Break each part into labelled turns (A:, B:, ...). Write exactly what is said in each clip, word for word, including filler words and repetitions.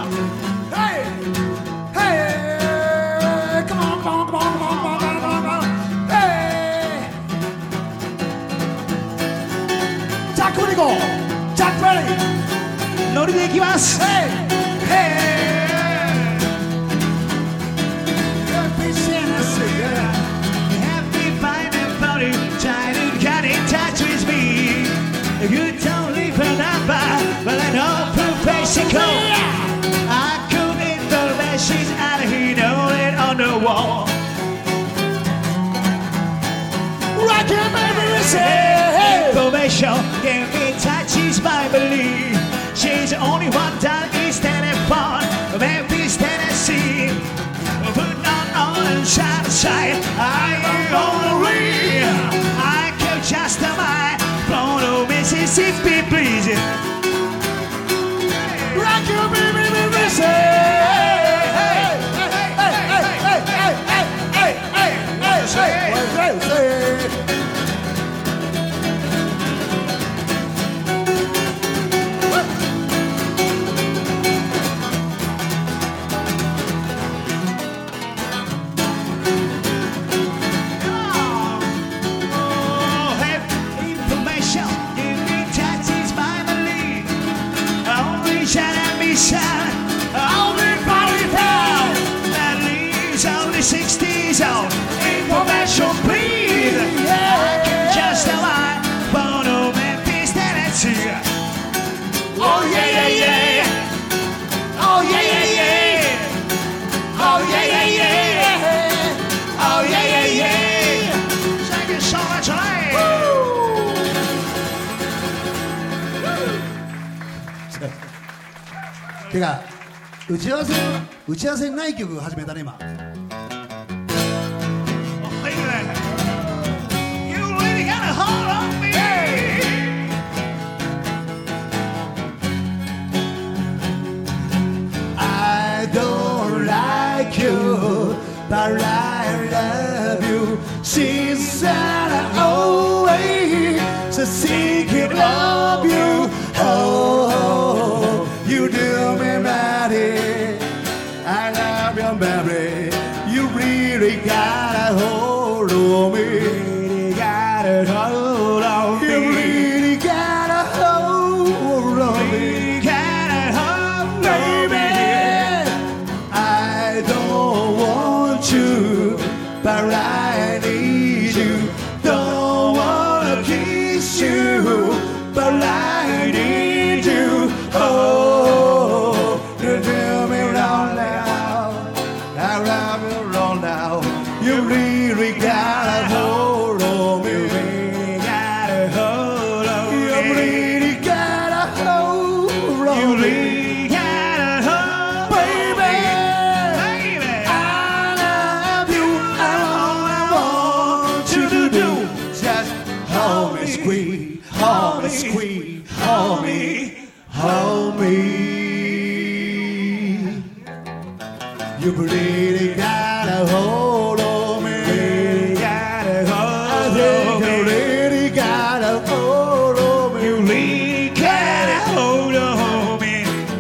A: Hey, hey, come on, come on, come on, come on, come on, come on, come on. Hey, Jack Unico, Jack Perry, ノリでいきます。Hey, hey, happy Tennessee, happy fine party, trying to get in touch with me. You don't leave her number, but I know professional. I couldn't know that she's out of here, know it on the wall. Rock your baby, say information, get me touches my belief. She's the only one that is telephone, Memphis, Tennessee. Put on on and side side, I ain't gonna read. I can just my phone to Mississippi, please. Rock your baby, baby, say. Hey, hey, hey, hey, hey, hey, hey, hey, say, say, say. Only party town that leaves only sixties on information, please. I can just tell my phone to Memphis, Tennessee. Oh yeah, yeah, yeah. Oh yeah, yeah, yeah. Oh yeah, yeah, yeah. Oh yeah, yeah, yeah. Thank you so much, right? Woo! てか打ち合わせ打ち合わせない曲始めたね今。I don't like you, but I love you. She said I always thinking of you. Oh, you do me bad. I love you, baby. You really got a hold on me. Really got a hold on me. You really got a hold on me. Really got a hold on me. I don't want you, but I need you. Don't wanna kiss you, but I need you. Oh, you do me wrong now. I love you wrong now. You really got a hold on me. You really got a hold on me. You really got a hold on me. You really got a hold, baby. Baby, I love you. And all I want you to do is just hold me, squeeze, hold me, squeeze, hold me, hold me. You really got a hold on me. Really got a hold on me. You really got a hold on me. You really got a hold on me.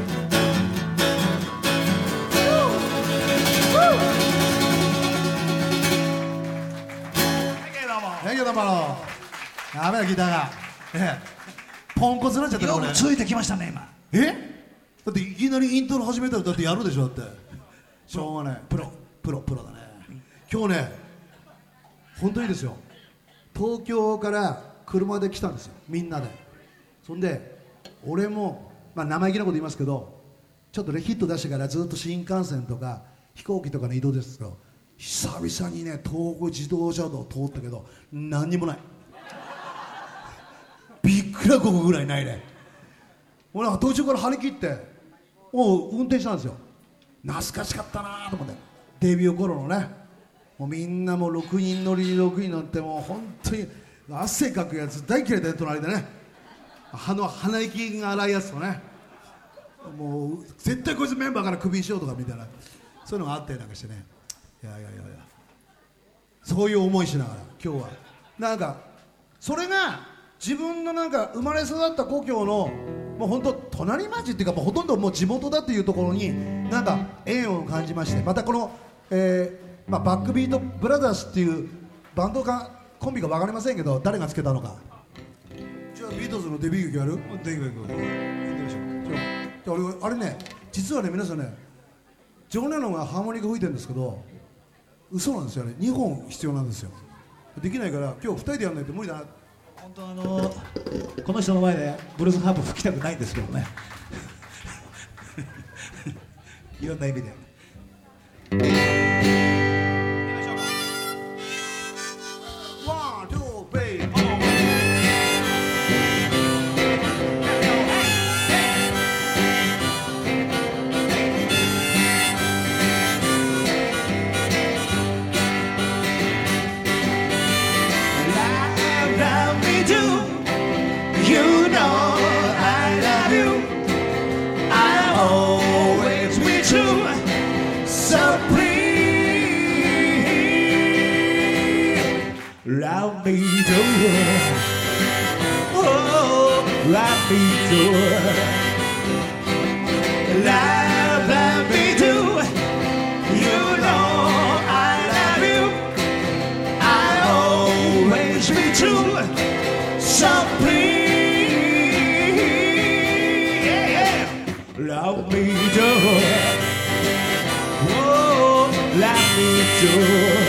A: Thank you, Damaro. ダメだギターが。ええ。ポンコツになっちゃったね俺。よくついてきましたね今。え？だっていきなりイントロ始めたらだってやるでしょだって。しょうがない。プロプロプロだね。今日ね本当にですよ。東京から車で来たんですよみんなで。そんで俺もまあ生意気なこと言いますけどちょっとねヒット出してからずっと新幹線とか飛行機とかの移動ですけど久々にね東北自動車道通ったけど何にもない。びっくらこくぐらいないね。俺は途中から張り切ってもう運転したんですよ。懐かしかったなと思ってデビュー頃のねもうみんなもうろくにん乗りろくにん乗ってもう本当に汗かくやつ大嫌いで隣でね歯の鼻息が荒いやつとねもう絶対こいつメンバーからクビにしようとかみたいなそういうのがあったりなんかしてねいやいやいやいやそういう思いしながら今日はなんかそれが自分のなんか生まれ育った故郷のもう本当隣町っていうかもうほとんどもう地元だっていうところになんか縁を感じまして、またこの、えーまあ、バックビートブラザーズっていうバンドかコンビか分かりませんけど誰がつけたのか。じゃあビートルズのデビュー曲やる？デビュー曲やってみましょう。じゃあ俺あれね、実はね皆さんね、ジョン・レノンがハーモニカ吹いてるんですけど嘘なんですよね。にほん必要なんですよ。できないから今日ふたりでやらないと無理だな。
B: 本当あのー、この人の前でブルースハープ吹きたくないんですけどねいろんな意味で。 Love me do, oh, love me do, love, love me do. You know I love you. I always be true. So please, yeah, yeah. Love me do, oh, love me do.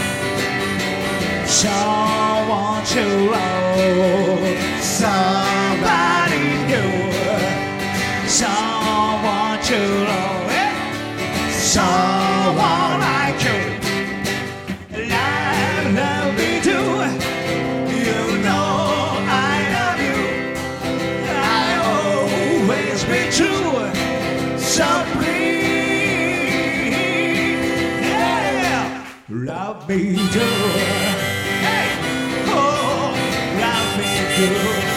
B: So won't you love somebody new? So won't you love someone like you? Love, love me too. You know I love you. I always be true. So please, yeah, love me too. Woo!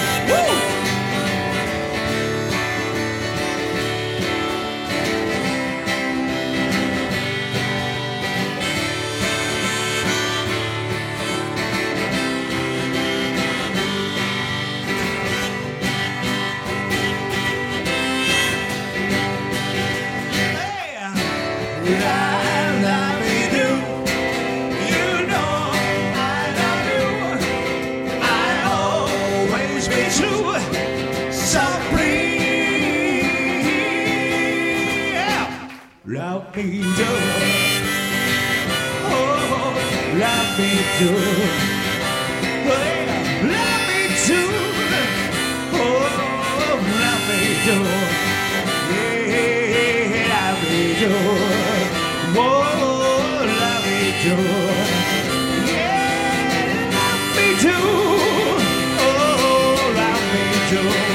B: Love me do, oh, love me do, oh, love me do, oh, love me do, yeah, love me do, oh, love me do, yeah, love me do, oh, love me do.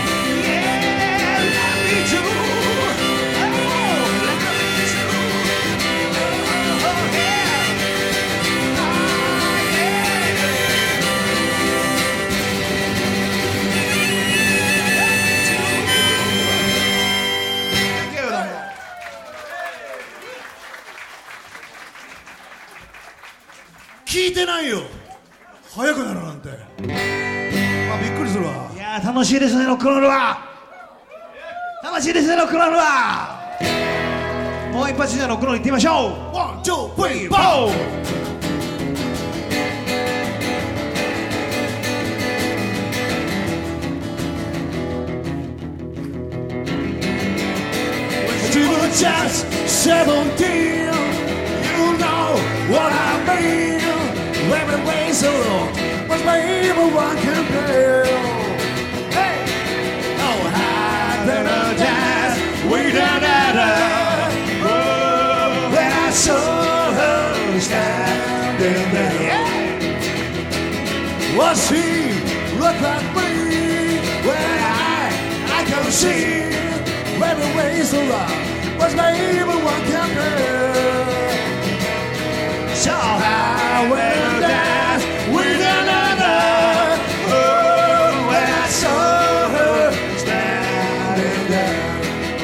A: 聞いてないよ。早くなるなんて。あ、びっくりするわ。
B: いやー楽しいですねロックンロールは。楽しいですねロックンロールは。もう一発じゃロックンロール行ってみましょう。
A: ワン、ツー、スリー、フォー。Just seventeen, you know what I mean. Every way so long, but maybe one can play. Hey, oh, how did I dance with another? Oh, when I saw her standing there, yeah. Was she look like me? When I, I can see every way so long. Was maybe one can play. So I will dance with another. Oh, when I saw her standing there.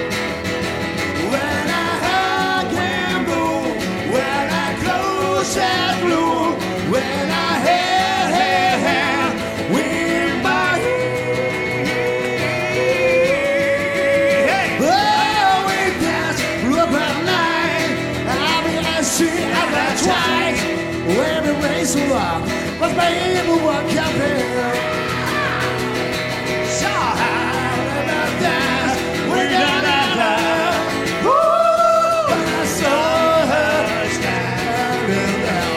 A: When I hug and blue, when I close and blue, when I hand, hand with my hand. 分かってる So I'll dance with another Ooh, I saw her standing there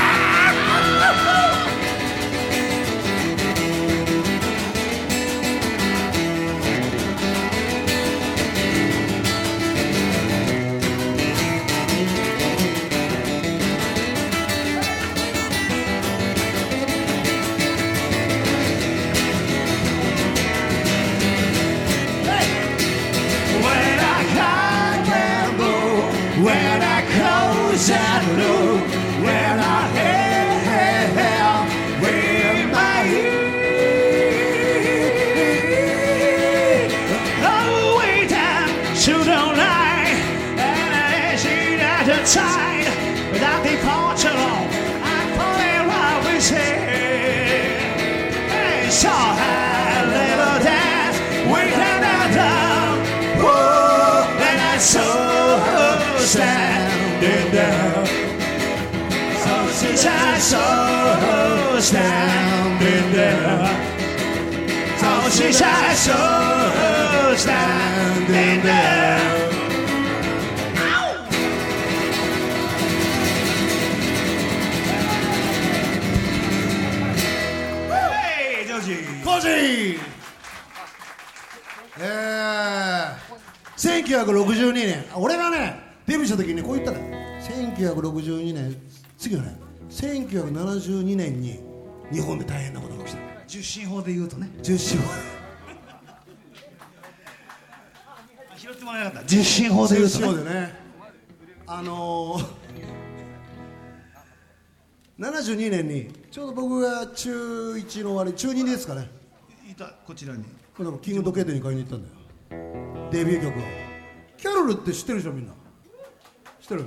A: When I close that look, when I held with my head, oh, way down to the line, and I see at the time that departure, I fall in love with him. And so I little dance with another, oh, and I saw standing there, so since I saw her standing there, so since I saw her standing there. Hey, Joji, Koji. えー、せんきゅうひゃくろくじゅうにねん、俺がねデビューした時にねこう言ったね。せんきゅうひゃくろくじゅうにねん、次はねせんきゅうひゃくななじゅうにねんに日本で大変なことが起きた。十進法で言うとね、十進法拾ってもらえなかった。十進法で言うとね、十進法でね、あのー、ななじゅうにねんにちょうど僕が中いちの終わり、中にですかね、いたこちらにキング時計店に買いに行ったんだよ、デビュー曲を。キャロルって知ってるでしょみんな。知ってる？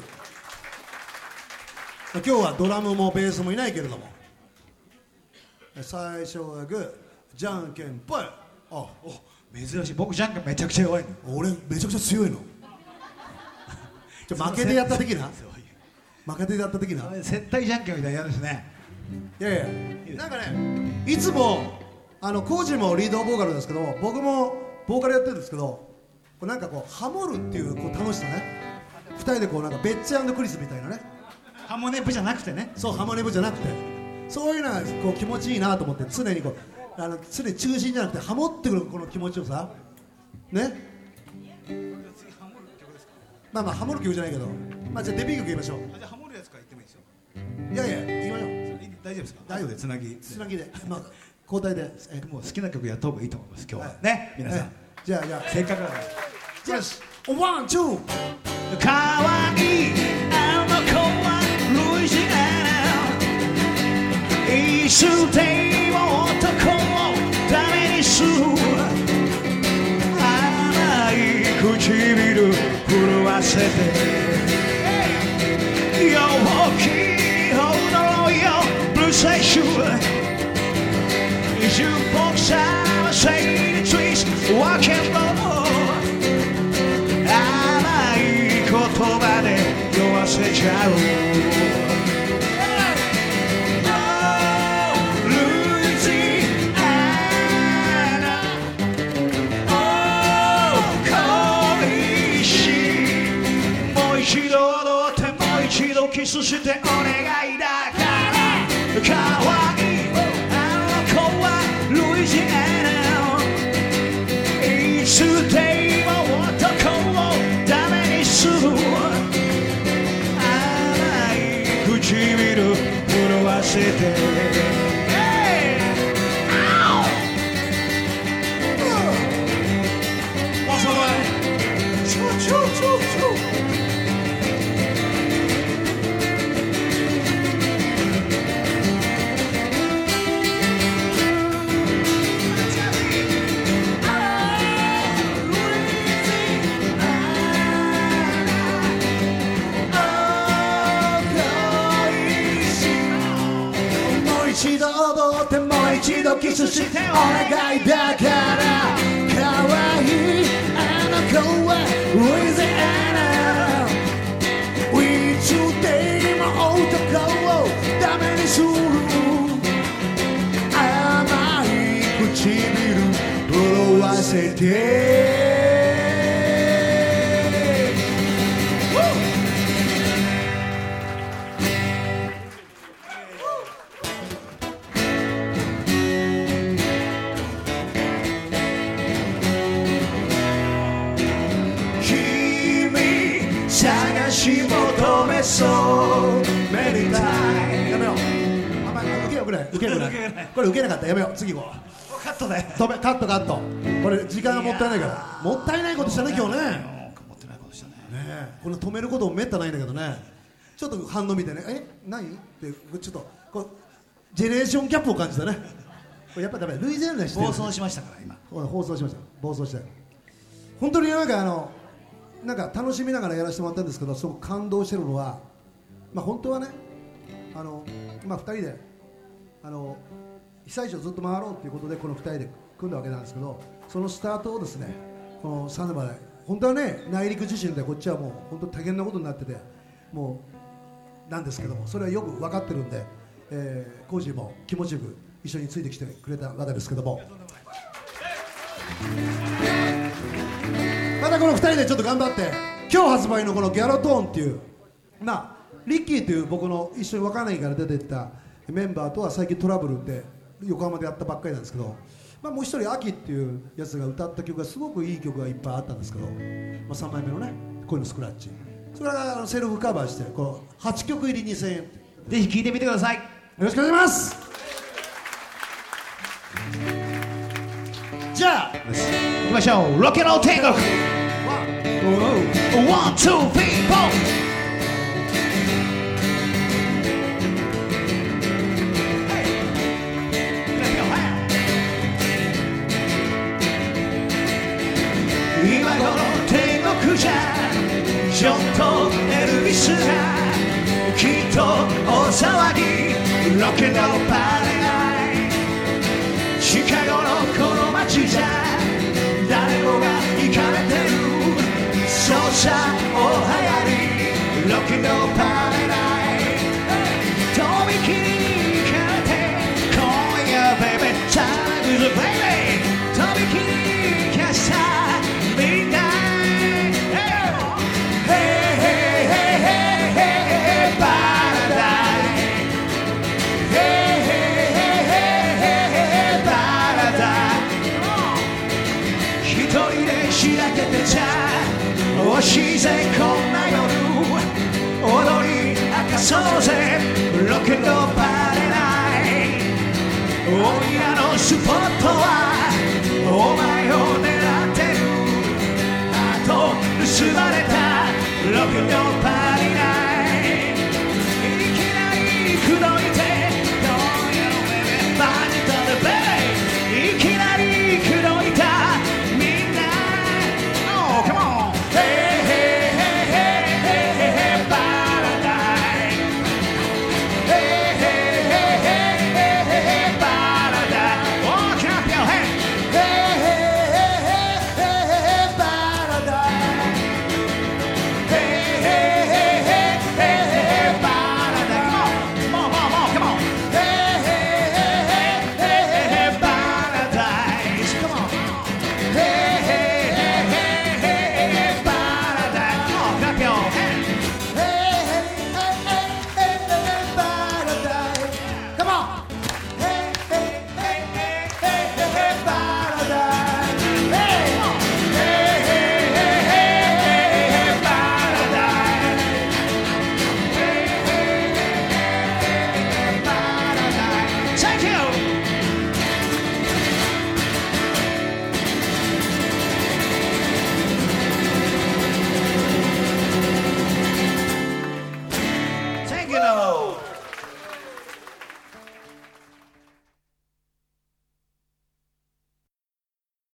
A: 今日はドラムもベースもいないけれども、最初はグー、じゃんけんぽい。あ、お、珍しい。僕じゃんけんめちゃくちゃ弱いの。俺めちゃくちゃ強いの。ちょ負けてやった的な。負けてやった的な。接待じゃんけんみたいなやつですね。いやいや、なんかね、いつもあのコージもリードボーカルですけど、僕もボーカルやってるんですけど、こうなんかこうハモるっていうこう楽しさね。二人でこうなんかベッツ&クリスみたいなね、ハモネブじゃなくてね、そうハモネブじゃなくて、そういうのがこう気持ちいいなと思って、常にこうあの常に中心じゃなくてハモってくるこの気持ちよさね。まあまあハモる曲じゃないけど、まあじゃあデビュー曲言いましょう。じゃあハモるやつから言ってもいいですよ。いやいや言いましょう。大丈夫ですか？大丈夫でつなぎつなぎで、まあ交代で、えもう好きな曲やった方がいいと思います今日は、はい、ね皆さん、はい、じゃあじゃあせっかくだからじゃあワンツー。かわいいあの子はルイジアナ、いつでも男をダメにする、甘い唇震わせて陽気ほどよブルーセッシュジューボクサーのせいでツイストワーケンロー言葉で酔わせちゃう、ルイジアナ、恋しもう一度踊ってもう一度キスしてお願いだから、かわいいあの子はルイジアナ、いつでも男をダメにする、甘い唇震わせて、一度踊ってもう一度キスしてお願いだから、可愛いあの子はルイジアナ、いつでも男をダメにする、甘わせて探し求めそうめでたい。やめよう。あんまり受けよくない受けよくないこれ受けなかったやめよう。次行こう。
B: カットで
A: 止めカットカット。これ時間がもったいないからもったいないことしたね今日ね。
B: もったいないことしたね。
A: ねえこの止めることもめったないんだけどね。ちょっと反応見てねえ何ってちょっとこうジェネレーションギャップを感じたね。これやっぱりダメ類前類してる。
B: 暴走しましたから今。
A: 放送しました暴走して本当になんかあのなんか楽しみながらやらせてもらったんですけど、すごく感動してるのは、まあ、本当はねあの、まあ、ふたりであの被災地をずっと回ろうということでこのふたりで組んだわけなんですけど、そのスタートをですねこのサンドバで本当はね内陸地震でこっちはもう本当大変なことになっててもうなんですけども、それはよく分かってるんで、えー、コージーも気持ちよく一緒についてきてくれたわけですけども、またこのふたりでちょっと頑張って今日発売のこのギャロトーンっていうまあリッキーという僕の一緒に若菜から出てったメンバーとは最近トラブルで横浜でやったばっかりなんですけど、まあ、もう一人アキっていうやつが歌った曲がすごくいい曲がいっぱいあったんですけど、まあ、さんまいめのね恋のスクラッチ、それがセルフカバーしてこのはちきょく入りにせんえん、
B: ぜひ聴いてみてください。よ
A: ろしくお願いします。じゃあ
B: 行きましょう。ロケの天国ワン、ツー、ピー、ポン。今頃天国じゃちょっとエルビスがきっと大騒ぎロケのパレナイシカゴのこの街じゃ誰もが行かれてるそうさおはやりロケのパレナイとびきり行かれて今夜ベイベーチャールズベイベーとびきり行かしたみんな惜しいぜこんな夜踊り明かそうぜロケットバレないおいらのスポットはお前を狙ってるあと盗まれたロケットバレない